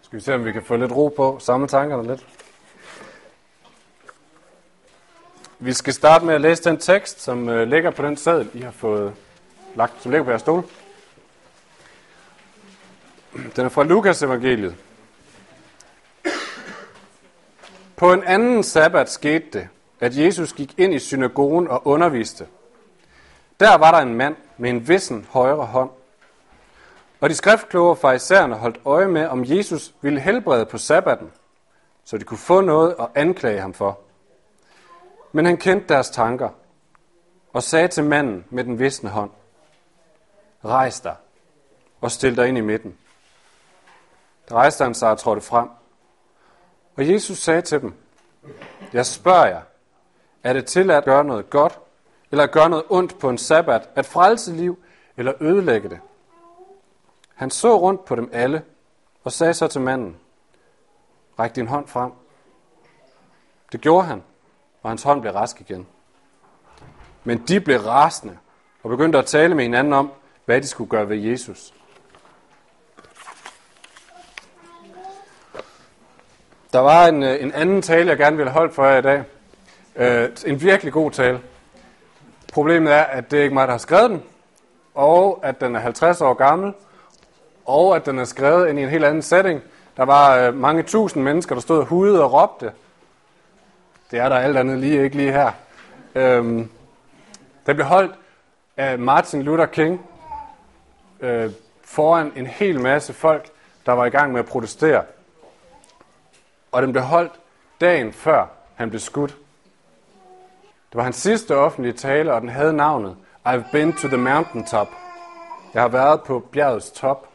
Skal vi se, om vi kan få lidt ro på, samle tankerne lidt. Vi skal starte med at læse den tekst, som ligger på den seddel, I har fået lagt, som ligger på jeres stol. Den er fra Lukas evangeliet. På en anden sabbat skete det, at Jesus gik ind i synagogen og underviste. Der var der en mand med en vissen højre hånd. Og de skriftkloge farisæerne holdt øje med, om Jesus ville helbrede på sabbaten, så de kunne få noget at anklage ham for. Men han kendte deres tanker og sagde til manden med den visne hånd: Rejs dig og stil dig ind i midten. Der rejste han sig og trådte frem. Og Jesus sagde til dem: Jeg spørger jer, er det tilladt at gøre noget godt, eller at gøre noget ondt på en sabbat, at frelse liv eller ødelægge det? Han så rundt på dem alle og sagde så til manden: Ræk din hånd frem. Det gjorde han, og hans hånd blev rask igen. Men de blev rasende og begyndte at tale med hinanden om, hvad de skulle gøre ved Jesus. Der var en anden tale, jeg gerne ville holde for jer i dag. En virkelig god tale. Problemet er, at det er ikke mig, der har skrevet den, og at den er 50 år gammel, og at den er skrevet ind i en helt anden setting. Der var mange tusind mennesker, der stod og hudede og råbte. Det er der alt andet ikke lige her. Den blev holdt af Martin Luther King foran en hel masse folk, der var i gang med at protestere. Og den blev holdt dagen før han blev skudt. Det var hans sidste offentlige tale, og den havde navnet I've been to the mountaintop. Jeg har været på bjergets top.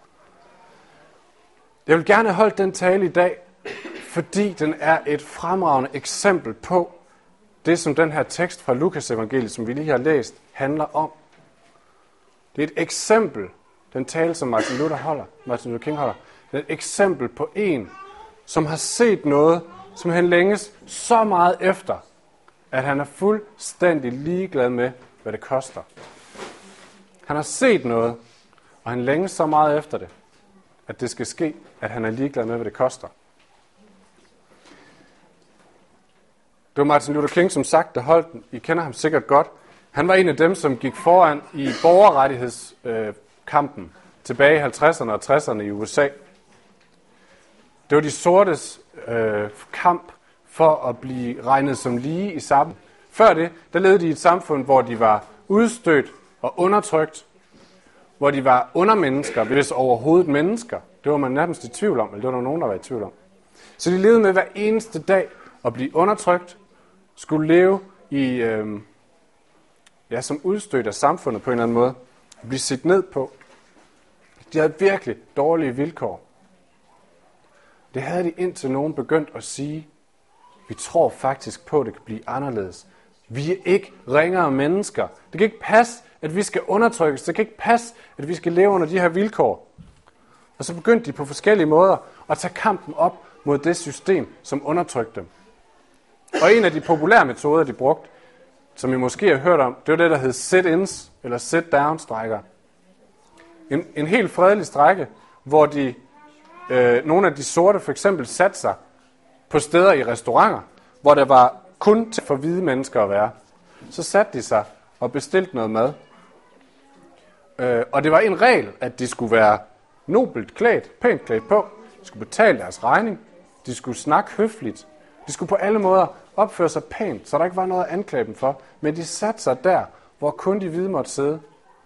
Jeg vil gerne holde den tale i dag, fordi den er et fremragende eksempel på det, som den her tekst fra Lukas evangeliet, som vi lige har læst, handler om. Det er et eksempel, den tale, som Martin Luther King holder, det er et eksempel på en, som har set noget, som han længes så meget efter, at han er fuldstændig ligeglad med, hvad det koster. Han har set noget, og han længes så meget efter det, at det skal ske, at han er ligeglad med, hvad det koster. Det var Martin Luther King, som sagt, der holdt den. I kender ham sikkert godt. Han var en af dem, som gik foran i borgerrettighedskampen tilbage i 50'erne og 60'erne i USA. Det var de sortes kamp for at blive regnet som lige i sammen. Før det, der levede de i et samfund, hvor de var udstødt og undertrykt, hvor de var undermennesker, hvis overhovedet mennesker. Det var man nærmest i tvivl om, eller det var der nogen, der var i tvivl om. Så de levede med hver eneste dag at blive undertrykt, skulle leve i, som udstødt af samfundet på en eller anden måde, og blive set ned på. De havde virkelig dårlige vilkår. Det havde de indtil nogen begyndt at sige: vi tror faktisk på, at det kan blive anderledes. Vi er ikke ringere mennesker. Det kan ikke passe, at vi skal undertrykkes. Det kan ikke passe, at vi skal leve under de her vilkår. Og så begyndte de på forskellige måder at tage kampen op mod det system, som undertrykte dem. Og en af de populære metoder, de brugte, som I måske har hørt om, det var det, der hed sit-ins eller sit-down-strækker. En helt fredelig strække, hvor nogle af de sorte for eksempel satte sig på steder i restauranter, hvor der var kun til for hvide mennesker at være. Så satte de sig og bestilte noget mad. Og det var en regel, at de skulle være nobelt klædt, pænt klædt på. De skulle betale deres regning. De skulle snakke høfligt. De skulle på alle måder opføre sig pænt, så der ikke var noget at anklage dem for. Men de satte sig der, hvor kun de hvide måtte sidde.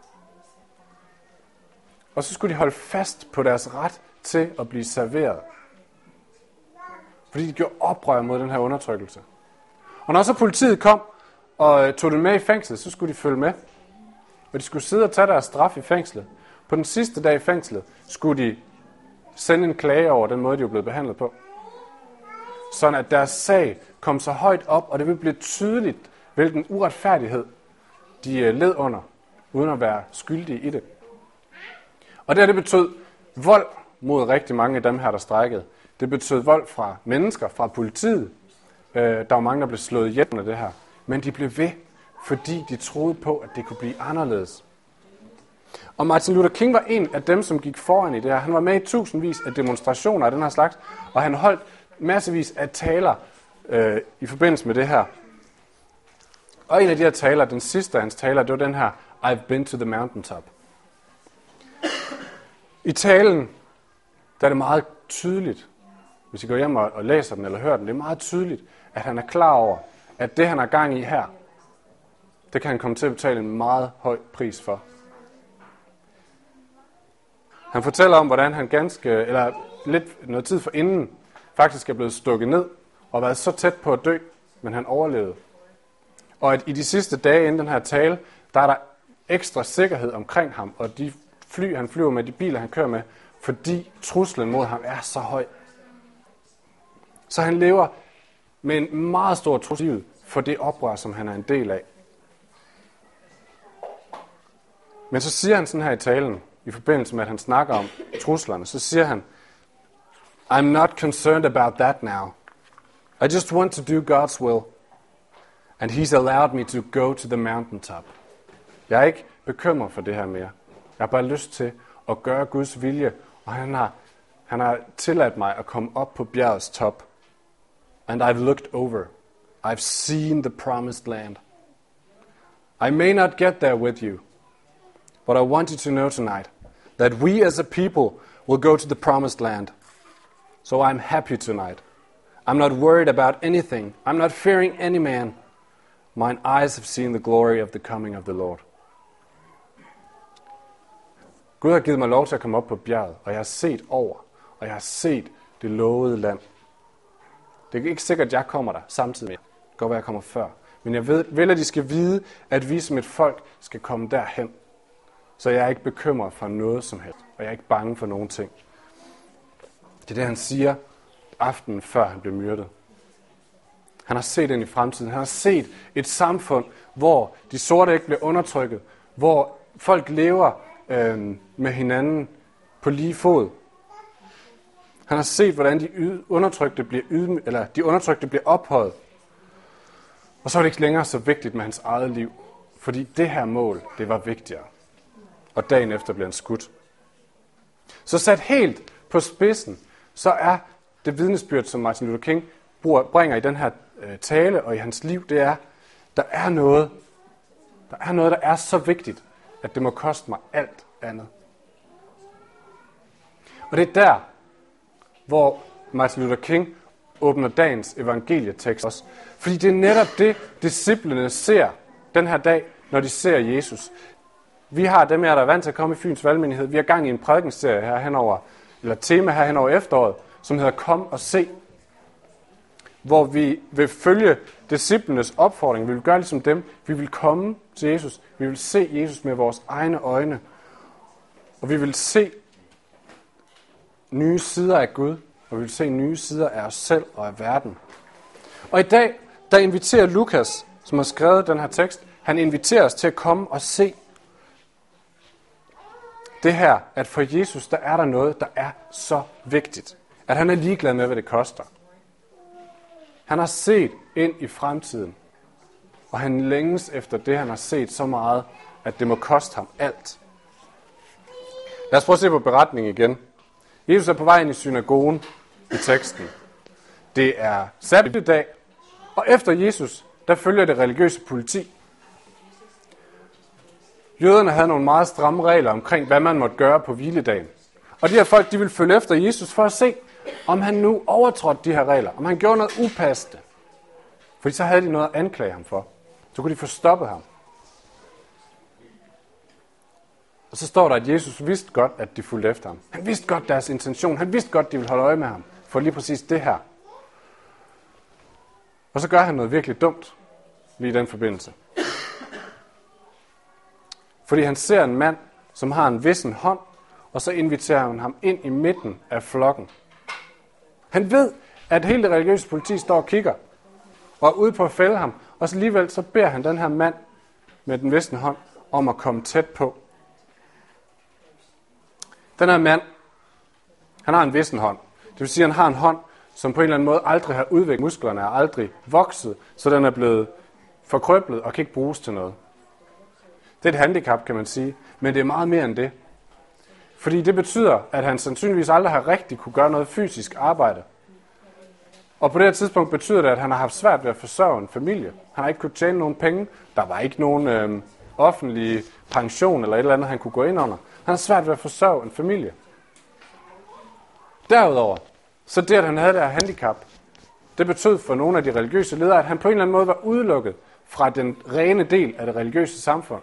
Og så skulle de holde fast på deres ret til at blive serveret. Fordi de gjorde oprør mod den her undertrykkelse. Og når så politiet kom og tog dem med i fængslet, så skulle de følge med. Og de skulle sidde og tage deres straf i fængslet. På den sidste dag i fængslet skulle de sende en klage over den måde, de var blevet behandlet på. Sådan at deres sag kom så højt op, og det ville blive tydeligt, hvilken uretfærdighed de led under, uden at være skyldige i det. Og det betød vold mod rigtig mange af dem her, der strejkede. Det betød vold fra mennesker, fra politiet. Der var mange, der blev slået ihjel af det her. Men de blev ved, fordi de troede på, at det kunne blive anderledes. Og Martin Luther King var en af dem, som gik foran i det her. Han var med i tusindvis af demonstrationer af den her slags, og han holdt massevis af taler i forbindelse med det her. Og en af de her taler, den sidste af hans taler, det var den her, I've been to the mountaintop. I talen, der er det meget tydeligt, hvis I går hjem og læser den eller hører den, det er meget tydeligt, at han er klar over, at det han har gang i her, det kan han komme til at betale en meget høj pris for. Han fortæller om, hvordan han lidt noget tid forinden faktisk er blevet stukket ned og været så tæt på at dø, men han overlevede. Og at i de sidste dage inden den her tale, der er der ekstra sikkerhed omkring ham, og de fly, han flyver med, de biler, han kører med, fordi truslen mod ham er så høj. Så han lever med en meget stor trussel for det oprør, som han er en del af. Men så siger han sådan her i talen, i forbindelse med, at han snakker om truslerne, så siger han, I'm not concerned about that now. I just want to do God's will. And he's allowed me to go to the mountaintop. Jeg er ikke bekymret for det her mere. Jeg har bare lyst til at gøre Guds vilje, og han har tilladt mig at komme op på bjergets top. And I've looked over. I've seen the promised land. I may not get there with you, but I want you to know tonight that we as a people will go to the promised land. So I'm happy tonight. I'm not worried about anything. I'm not fearing any man. Mine eyes have seen the glory of the coming of the Lord. Gud har givet mig lov til at komme op på bjerget, og jeg har set over, og jeg har set det lovede land. Det er ikke sikkert, at jeg kommer der samtidig med. Det kan godt være, jeg kommer før. Men jeg vil, at de skal vide, at vi som et folk skal komme derhen. Så jeg er ikke bekymret for noget som helst, og jeg er ikke bange for nogen ting. Det er det, han siger aftenen før han blev myrdet. Han har set ind i fremtiden. Han har set et samfund, hvor de sorte ikke bliver undertrykket, hvor folk lever med hinanden på lige fod. Han har set, hvordan de undertrykte bliver ophøjet. Og så er det ikke længere så vigtigt med hans eget liv, fordi det her mål, det var vigtigere. Og dagen efter bliver han skudt. Så sat helt på spidsen, så er det vidnesbyrd, som Martin Luther King bringer i den her tale og i hans liv, det er, der er noget, der er så vigtigt, at det må koste mig alt andet. Og det er der, hvor Martin Luther King åbner dagens evangelietekst også. Fordi det er netop det, disciplene ser den her dag, når de ser Jesus. Vi har dem her, der er vant til at komme i Fyns Valgmenighed. Vi har gang i en prædikenserie her henover, eller tema her henover efteråret, som hedder Kom og se. Hvor vi vil følge disciplenes opfordring. Vi vil gøre ligesom dem. Vi vil komme til Jesus. Vi vil se Jesus med vores egne øjne. Og vi vil se nye sider af Gud. Og vi vil se nye sider af os selv og af verden. Og i dag, der inviterer Lukas, som har skrevet den her tekst, han inviterer os til at komme og se det her, at for Jesus, der er der noget, der er så vigtigt. At han er ligeglad med, hvad det koster. Han har set ind i fremtiden, og han længes efter det, han har set så meget, at det må koste ham alt. Lad os prøve at se på beretningen igen. Jesus er på vej ind i synagogen i teksten. Det er sabbatdag, og efter Jesus, der følger det religiøse politi. Jøderne havde nogle meget stramme regler omkring, hvad man måtte gøre på hviledagen. Og de her folk, de ville følge efter Jesus for at se, om han nu overtrådte de her regler, om han gjorde noget upassende. Fordi så havde de noget at anklage ham for. Så kunne de få stoppet ham. Og så står der, at Jesus vidste godt, at de fulgte efter ham. Han vidste godt deres intention. Han vidste godt, de ville holde øje med ham for lige præcis det her. Og så gør han noget virkelig dumt lige i den forbindelse. Fordi han ser en mand, som har en vissen hånd, og så inviterer han ham ind i midten af flokken. Han ved, at hele det religiøse politi står og kigger, og er ude på at fælde ham, og så alligevel så beder han den her mand med den visne hånd om at komme tæt på. Den her mand, han har en vissen hånd. Det vil sige, at han har en hånd, som på en eller anden måde aldrig har udviklet musklerne, er aldrig vokset, så den er blevet forkrøblet og kan ikke bruges til noget. Det er et handicap, kan man sige, men det er meget mere end det. Fordi det betyder, at han sandsynligvis aldrig har rigtig kunne gøre noget fysisk arbejde. Og på det her tidspunkt betyder det, at han har haft svært ved at forsørge en familie. Han har ikke kunnet tjene nogen penge. Der var ikke nogen offentlig pension eller et eller andet, han kunne gå ind under. Han har svært ved at forsørge en familie. Derudover, så det, at han havde det her handicap, det betød for nogle af de religiøse ledere, at han på en eller anden måde var udelukket fra den rene del af det religiøse samfund.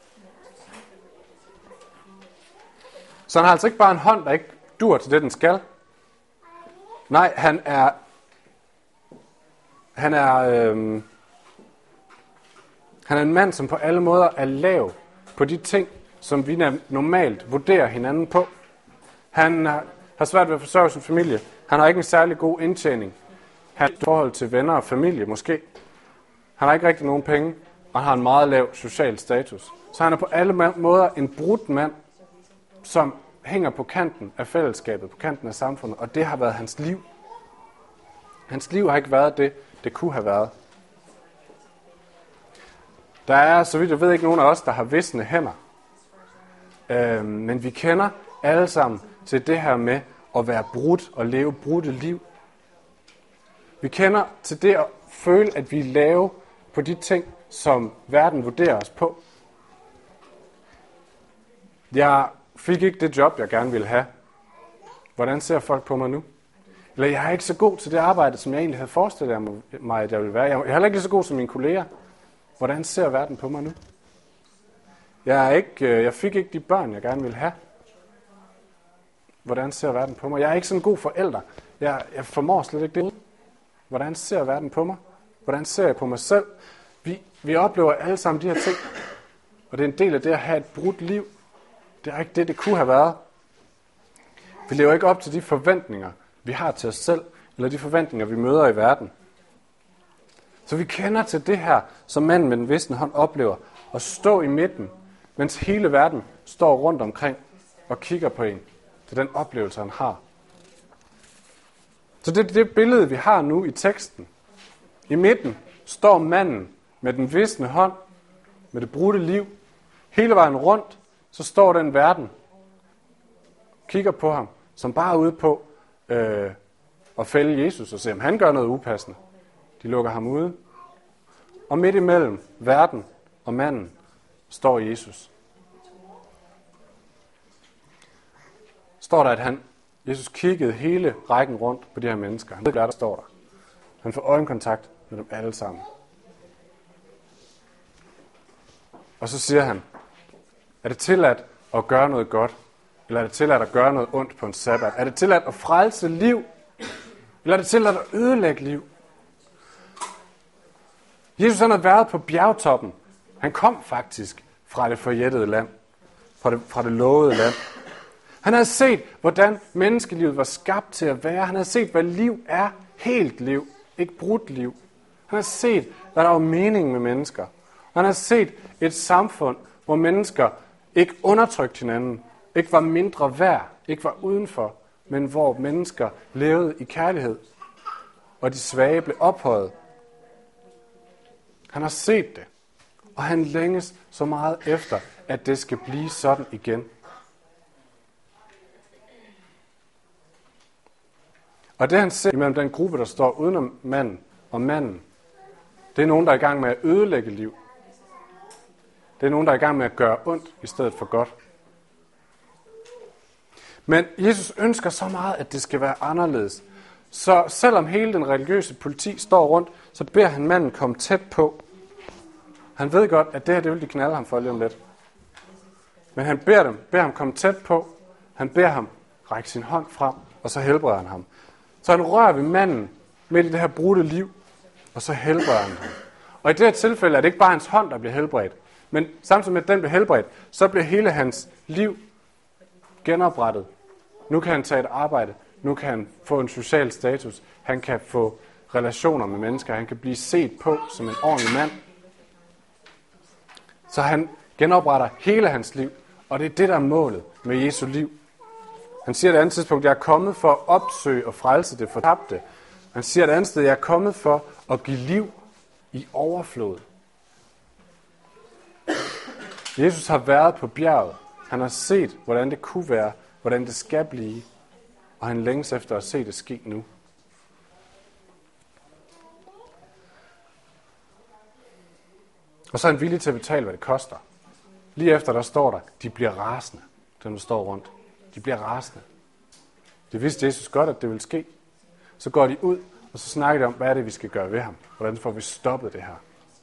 Så han har altså ikke bare en hånd, der ikke dur til det, den skal. Nej, han er en mand, som på alle måder er lav på de ting, som vi normalt vurderer hinanden på. Han har svært ved at forsørge sin familie. Han har ikke en særlig god indtjening. Han har et forhold til venner og familie måske. Han har ikke rigtig nogen penge, og han har en meget lav social status. Så han er på alle måder en brudt mand, som hænger på kanten af fællesskabet, på kanten af samfundet, og det har været hans liv. Hans liv har ikke været det, det kunne have været. Der er, så vidt jeg ved, ikke nogen af os, der har visne hænder. Men vi kender alle sammen til det her med at være brudt og leve brudte liv. Vi kender til det at føle, at vi er lave på de ting, som verden vurderer os på. Jeg fik ikke det job, jeg gerne ville have. Hvordan ser folk på mig nu? Eller jeg er ikke så god til det arbejde, som jeg egentlig havde forestillet mig, at jeg ville være. Jeg er heller ikke så god som mine kolleger. Hvordan ser verden på mig nu? Jeg fik ikke de børn, jeg gerne ville have. Hvordan ser verden på mig? Jeg er ikke sådan en god forælder. Jeg formår slet ikke det. Hvordan ser verden på mig? Hvordan ser jeg på mig selv? Vi oplever alle sammen de her ting. Og det er en del af det at have et brudt liv. Det er ikke det kunne have været. Vi lever ikke op til de forventninger, vi har til os selv, eller de forventninger, vi møder i verden. Så vi kender til det her, som manden med den visne hånd oplever, at stå i midten, mens hele verden står rundt omkring og kigger på en. Det er den oplevelse, han har. Så det er det billede, vi har nu i teksten. I midten står manden med den visne hånd, med det brudte liv. Hele vejen rundt, så står den verden, kigger på ham, som bare er ude på at fælde Jesus og se, om han gør noget upassende. De lukker ham ude. Og midt imellem verden og manden står Jesus. Står der, at Jesus kiggede hele rækken rundt på de her mennesker. Han ved, hvad der står der. Han får øjenkontakt med dem alle sammen. Og så siger han, er det tilladt at gøre noget godt? Eller er det tilladt at gøre noget ondt på en sabbat? Er det tilladt at frelse liv? Eller er det tilladt at ødelægge liv? Jesus han har været på bjergtoppen. Han kom faktisk fra det forjættede land. Fra det lovede land. Han havde set, hvordan menneskelivet var skabt til at være. Han havde set, hvad liv er. Helt liv. Ikke brudt liv. Han havde set, hvad der var mening med mennesker. Han havde set et samfund, hvor mennesker ikke undertrykte hinanden. Ikke var mindre værd. Ikke var udenfor. Men hvor mennesker levede i kærlighed. Og de svage blev ophøjet. Han har set det. Og han længes så meget efter, at det skal blive sådan igen. Og det han ser imellem den gruppe, der står udenom manden og manden, det er nogen, der er i gang med at ødelægge liv. Det er nogen, der er i gang med at gøre ondt i stedet for godt. Men Jesus ønsker så meget, at det skal være anderledes. Så selvom hele den religiøse politi står rundt, så beder han manden komme tæt på. Han ved godt, at det her, det vil de knalde ham for lige om lidt. Men han beder ham komme tæt på. Han beder ham række sin hånd frem, og så helbreder han ham. Så han rører ved manden midt i det her brudte liv, og så helbreder han ham. Og i det her tilfælde er det ikke bare hans hånd, der bliver helbredt, men samtidig med, at den bliver helbredt, så bliver hele hans liv genoprettet. Nu kan han tage et arbejde, nu kan han få en social status, han kan få relationer med mennesker, han kan blive set på som en ordentlig mand. Så han genopretter hele hans liv, og det er det, der er målet med Jesu liv. Han siger et andet tidspunkt, jeg er kommet for at opsøge og frelse det fortabte. Han siger et andet sted, jeg er kommet for at give liv i overflod. Jesus har været på bjerget. Han har set, hvordan det kunne være, hvordan det skal blive. Og han længes efter at se det ske nu. Og så er han villig til at betale, hvad det koster. Lige efter der står der, de bliver rasende, dem der står rundt. De bliver rasende. Det vidste Jesus godt, at det ville ske. Så går de ud, og så snakker de om, hvad er det, vi skal gøre ved ham. Hvordan får vi stoppet det her?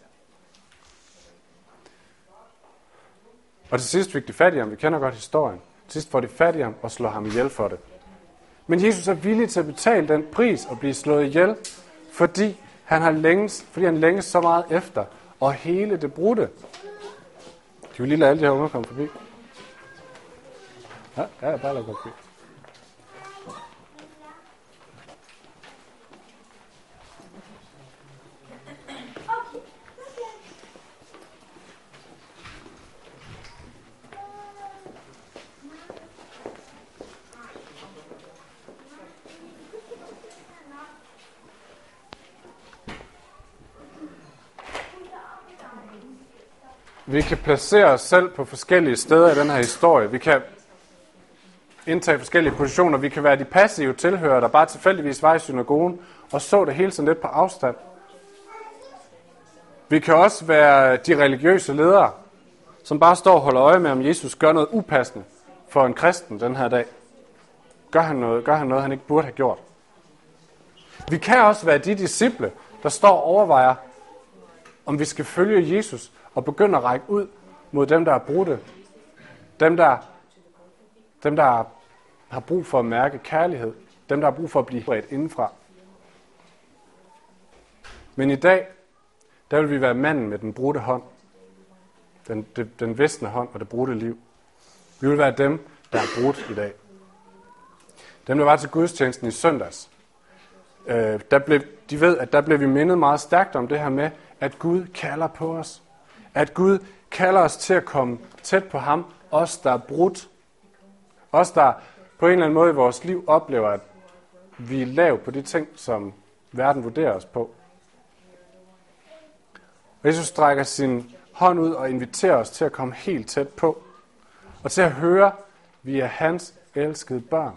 Og til sidst fik de fat i ham. Vi kender godt historien. Til sidst får de fat i ham og slår ham ihjel for det. Men Jesus er villig til at betale den pris og blive slået ihjel, fordi han længes så meget efter og hele det brudte. Kan vi lige lade alle de her unger komme forbi? Ja, bare lad gå forbi. Vi kan placere os selv på forskellige steder i den her historie. Vi kan indtage forskellige positioner. Vi kan være de passive tilhørere, der bare tilfældigvis var i synagogen og så det hele sådan lidt på afstand. Vi kan også være de religiøse ledere, som bare står og holder øje med, om Jesus gør noget upassende for en kristen den her dag. Gør han noget, han ikke burde have gjort. Vi kan også være de disciple, der står og overvejer, om vi skal følge Jesus og begynde at række ud mod dem, der er brudte. Dem, der har brug for at mærke kærlighed. Dem, der har brug for at blive bredt indenfra. Men i dag, der vil vi være manden med den brudte hånd. Den visne hånd og det brudte liv. Vi vil være dem, der er brudt i dag. Dem, der var til gudstjenesten i søndags. De ved, at der blev vi mindet meget stærkt om det her med, at Gud kalder på os. At Gud kalder os til at komme tæt på ham. Os, der er brudt. Os, der på en eller anden måde i vores liv oplever, at vi er lav på de ting, som verden vurderer os på. Jesus strækker sin hånd ud og inviterer os til at komme helt tæt på. Og til at høre, at vi er hans elskede børn.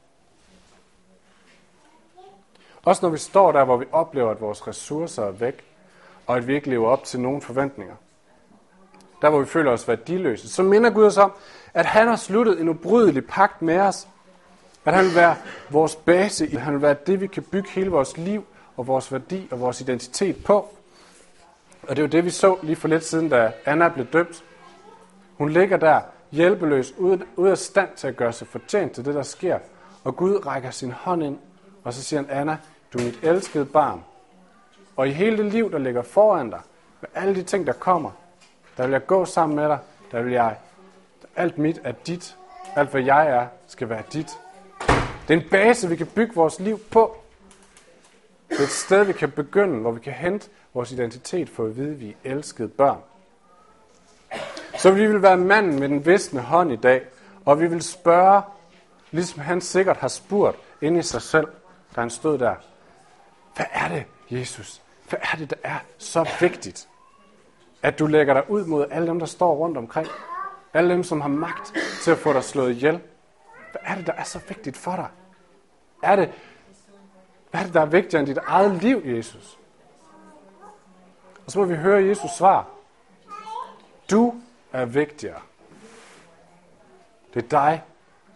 Også når vi står der, hvor vi oplever, at vores ressourcer er væk, og at vi ikke lever op til nogen forventninger. Der, hvor vi føler os værdiløse. Så minder Gud os om, at han har sluttet en ubrydelig pagt med os. At han vil være vores base. Han vil være det, vi kan bygge hele vores liv og vores værdi og vores identitet på. Og det er jo det, vi så lige for lidt siden, da Anna blev dømt. Hun ligger der hjælpeløs, ude af stand til at gøre sig fortjent til det, der sker. Og Gud rækker sin hånd ind, og så siger han, Anna, du er mit elskede barn. Og i hele det liv, der ligger foran dig, med alle de ting, der kommer, der vil jeg gå sammen med dig, der vil jeg, alt mit er dit, alt hvad jeg er, skal være dit. Det er en base, vi kan bygge vores liv på. Det er et sted, vi kan begynde, hvor vi kan hente vores identitet for at vide, at vi er elskede børn. Så vi vil være manden med den visne hånd i dag, og vi vil spørge, ligesom han sikkert har spurgt inde i sig selv, da han stod der. Hvad er det, Jesus? Hvad er det, der er så vigtigt, at du lægger dig ud mod alle dem, der står rundt omkring? Alle dem, som har magt til at få dig slået ihjel. Hvad er det, der er så vigtigt for dig? Hvad er det, der er vigtigere end dit eget liv, Jesus? Og så må vi høre Jesus svar. Du er vigtigere. Det er dig.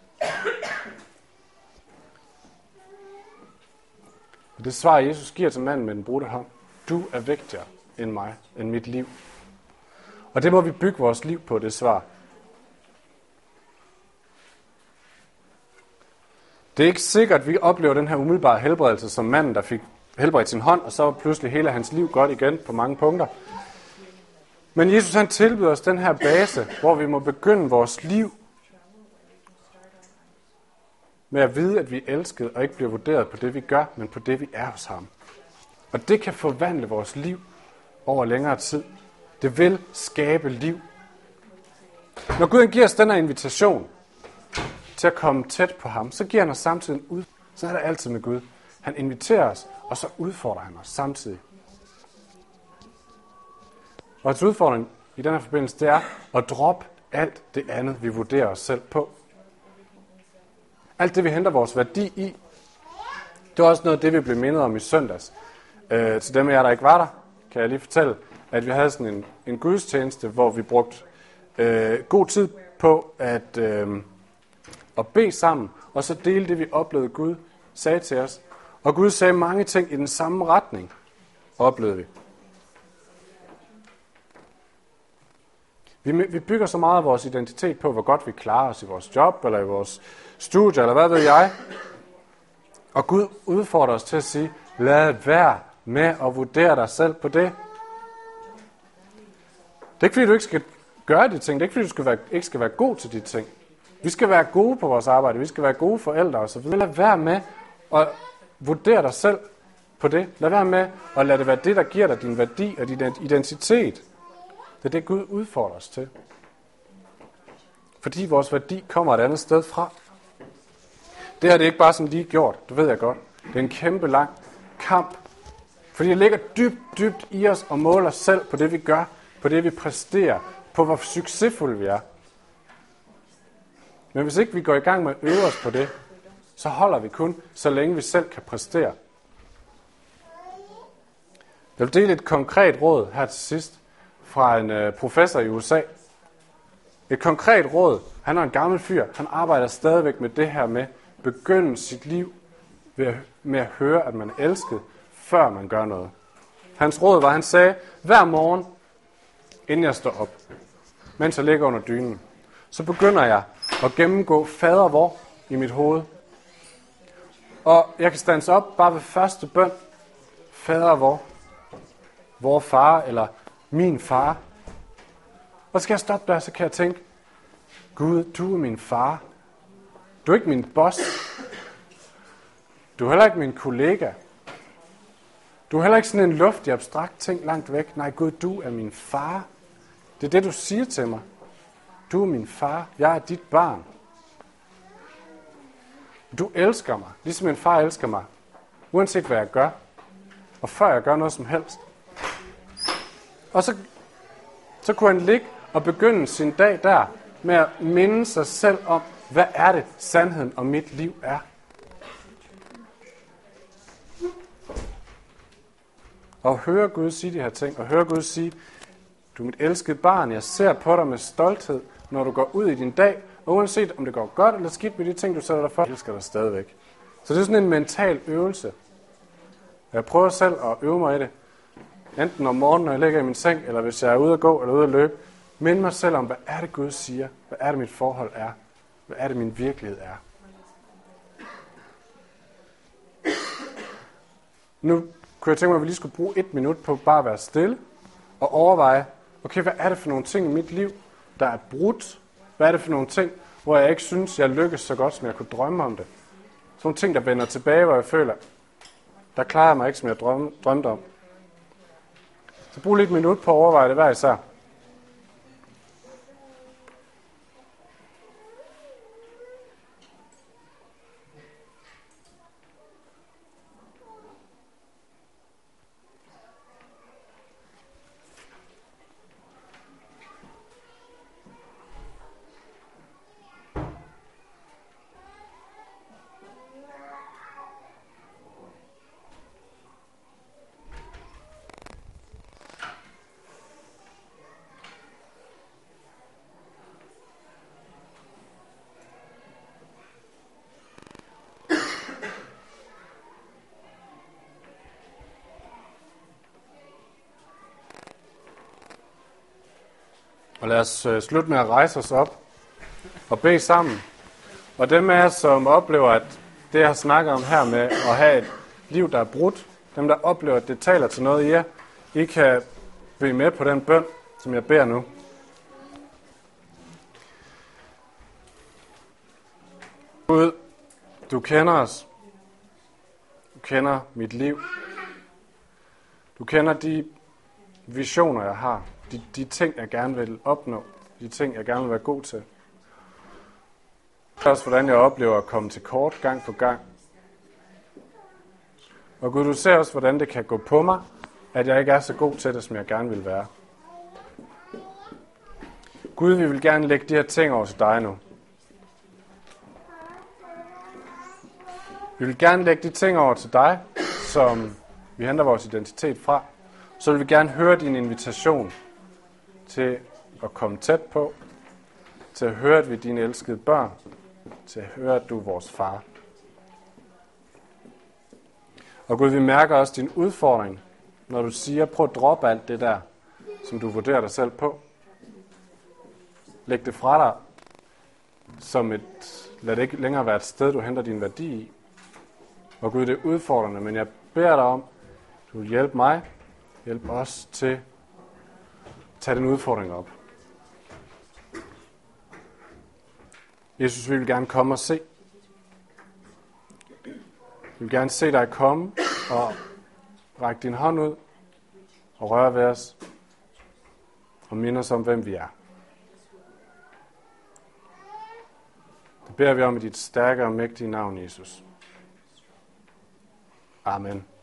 Og det svar, Jesus giver til manden med den brudte hånd. Du er vigtigere end mig, end mit liv. Og det må vi bygge vores liv på, det svar. Det er ikke sikkert, at vi oplever den her umiddelbare helbredelse som manden, der fik helbredt sin hånd, og så var pludselig hele hans liv godt igen på mange punkter. Men Jesus han tilbyder os den her base, hvor vi må begynde vores liv med at vide, at vi er elskede og ikke bliver vurderet på det, vi gør, men på det, vi er hos ham. Og det kan forvandle vores liv over længere tid. Det vil skabe liv. Når Gud giver os den her invitation til at komme tæt på ham, så giver han os samtidig en ud. Så er det altid med Gud. Han inviterer os, og så udfordrer han os samtidig. Og hans udfordring i den her forbindelse, det er at droppe alt det andet, vi vurderer os selv på. Alt det, vi henter vores værdi i, det var også noget af det, vi blev mindet om i søndags. Til dem af jer, der ikke var der, kan jeg lige fortælle, at vi havde sådan en gudstjeneste, hvor vi brugte god tid på at bede sammen, og så dele det, vi oplevede, Gud sagde til os. Og Gud sagde mange ting i den samme retning, oplevede vi. Vi bygger så meget af vores identitet på, hvor godt vi klarer os i vores job, eller i vores studie, eller hvad ved jeg. Og Gud udfordrer os til at sige, lad være med at vurdere dig selv på det. Det er ikke fordi, du ikke skal gøre de ting. Det er ikke fordi, du ikke skal være god til de ting. Vi skal være gode på vores arbejde. Vi skal være gode forældre osv. Lad være med at vurdere dig selv på det. Lad være med at lade det være det, der giver dig din værdi og din identitet. Det er det, Gud udfordrer os til. Fordi vores værdi kommer et andet sted fra. Det her det er ikke bare sådan lige gjort. Det ved jeg godt. Det er en kæmpe lang kamp. Fordi det ligger dybt, dybt i os og måler os selv på det, vi gør. På det, vi præsterer. På, hvor succesfulde vi er. Men hvis ikke vi går i gang med at øve os på det, så holder vi kun, så længe vi selv kan præstere. Jeg vil dele et konkret råd her til sidst fra en professor i USA. Et konkret råd. Han er en gammel fyr. Han arbejder stadigvæk med det her med begynde sit liv med at høre, at man er elsket, før man gør noget. Hans råd var, han sagde, hver morgen, inden jeg står op, mens jeg ligger under dynen, så begynder jeg at gennemgå fader vor i mit hoved. Og jeg kan stands op bare ved første bøn. Fader vor. Vor far eller min far. Og så skal jeg stoppe der, så kan jeg tænke, Gud, du er min far. Du er ikke min boss. Du er heller ikke min kollega. Du er heller ikke sådan en luftig, abstrakt ting langt væk. Nej, Gud, du er min far. Det er det, du siger til mig. Du er min far. Jeg er dit barn. Du elsker mig, ligesom min far elsker mig. Uanset hvad jeg gør. Og før jeg gør noget som helst. Og så kunne han ligge og begynde sin dag der med at minde sig selv om, hvad er det, sandheden om mit liv er. Og høre Gud sige de her ting, og høre Gud sige, du er mit elskede barn, jeg ser på dig med stolthed, når du går ud i din dag, og uanset om det går godt eller skidt med de ting, du sætter dig for, jeg elsker dig stadigvæk. Så det er sådan en mental øvelse. Jeg prøver selv at øve mig i det. Enten om morgenen, når jeg ligger i min seng, eller hvis jeg er ude at gå eller ude at løbe. Mind mig selv om, hvad er det Gud siger? Hvad er det mit forhold er? Hvad er det min virkelighed er? Nu kunne jeg tænke mig, at vi lige skulle bruge 1 minut på bare at være stille og overveje, okay, hvad er det for nogle ting i mit liv, der er brudt? Hvad er det for nogle ting, hvor jeg ikke synes, jeg lykkes så godt, som jeg kunne drømme om det? Sådan nogle ting, der vender tilbage, hvor jeg føler, der klarer jeg mig ikke, som jeg drømte om. Så brug lige 1 minut på at overveje det hver især. Og lad os slutte med at rejse os op og bede sammen. Og dem af jer, som oplever, at det, jeg har snakket om her med at have et liv, der er brudt, dem, der oplever, at det taler til noget i jer, I kan blive med på den bøn, som jeg beder nu. Gud, du kender os. Du kender mit liv. Du kender de visioner, jeg har. De ting, jeg gerne vil opnå. De ting, jeg gerne vil være god til. Også hvordan jeg oplever at komme til kort gang på gang. Og Gud, du ser også, hvordan det kan gå på mig, at jeg ikke er så god til det, som jeg gerne vil være. Gud, vi vil gerne lægge de her ting over til dig nu. Vi vil gerne lægge de ting over til dig, som vi henter vores identitet fra. Så vil vi gerne høre din invitation til at komme tæt på, til at høre, at vi er dine elskede børn, til at høre, at du er vores far. Og Gud, vi mærker også din udfordring, når du siger, prøv at droppe alt det der, som du vurderer dig selv på. Læg det fra dig, lad det ikke længere være et sted, du henter din værdi i. Og Gud, det er udfordrende, men jeg beder dig om, du vil hjælpe mig, hjælpe os til at tage den udfordring op. Jesus, vi vil gerne komme og se. Vi vil gerne se dig komme og række din hånd ud og røre ved os og minde os om, hvem vi er. Det beder vi om i dit stærke og mægtige navn, Jesus. Amen.